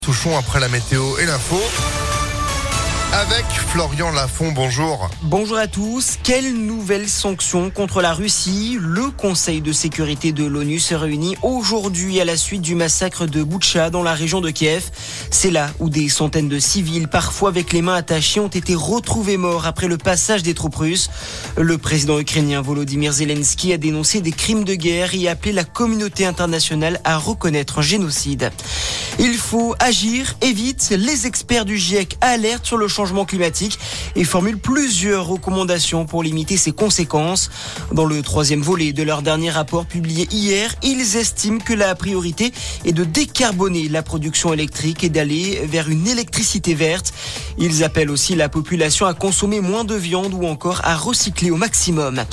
Touchons après la météo et l'info avec Florian Lafont, bonjour. Bonjour à tous. Quelles nouvelles sanctions contre la Russie? Le Conseil de sécurité de l'ONU se réunit aujourd'hui à la suite du massacre de Boutcha dans la région de Kiev. C'est là où des centaines de civils, parfois avec les mains attachées, ont été retrouvés morts après le passage des troupes russes. Le président ukrainien Volodymyr Zelensky a dénoncé des crimes de guerre et a appelé la communauté internationale à reconnaître un génocide. Il faut agir et vite. Les experts du GIEC alertent sur le changement climatique et formulent plusieurs recommandations pour limiter ses conséquences. Dans le troisième volet de leur dernier rapport publié hier, ils estiment que la priorité est de décarboner la production électrique et d'aller vers une électricité verte. Ils appellent aussi la population à consommer moins de viande ou encore à recycler au maximum.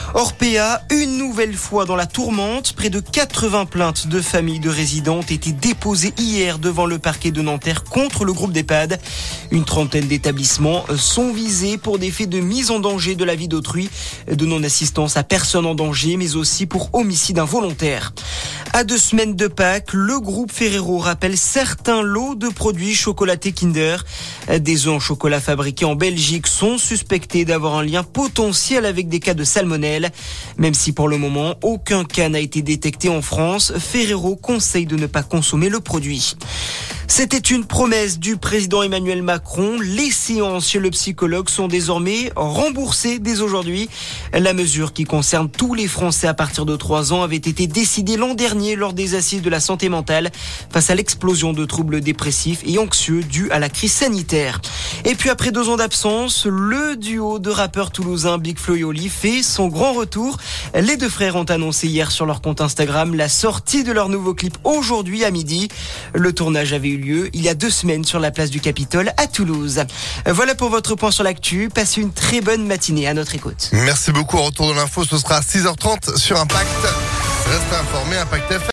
Orpea, une nouvelle fois dans la tourmente, près de 80 plaintes de familles de résidents ont été déposées hier devant le parquet de Nanterre contre le groupe d'EHPAD. Une trentaine d'établissements sont visés pour des faits de mise en danger de la vie d'autrui, de non-assistance à personne en danger, mais aussi pour homicide involontaire. À 2 semaines de Pâques, le groupe Ferrero rappelle certains lots de produits chocolatés Kinder. Des œufs en chocolat fabriqués en Belgique sont suspectés d'avoir un lien potentiel avec des cas de salmonelle. Même si pour le moment, aucun cas n'a été détecté en France, Ferrero conseille de ne pas consommer le produit. C'était une promesse du président Emmanuel Macron. Les séances chez le psychologue sont désormais remboursées dès aujourd'hui. La mesure qui concerne tous les Français à partir de 3 ans avait été décidée l'an dernier lors des assises de la santé mentale face à l'explosion de troubles dépressifs et anxieux dus à la crise sanitaire. Et puis après 2 ans d'absence, le duo de rappeurs toulousains Big Flo et Oli fait son grand retour. Les 2 frères ont annoncé hier sur leur compte Instagram la sortie de leur nouveau clip aujourd'hui à midi. Le tournage avait eu lieu il y a 2 semaines sur la place du Capitole à Toulouse. Voilà pour votre point sur l'actu. Passez une très bonne matinée à notre écoute. Merci beaucoup. Au retour de l'info, ce sera à 6h30 sur Impact. Restez informés, Impact FM.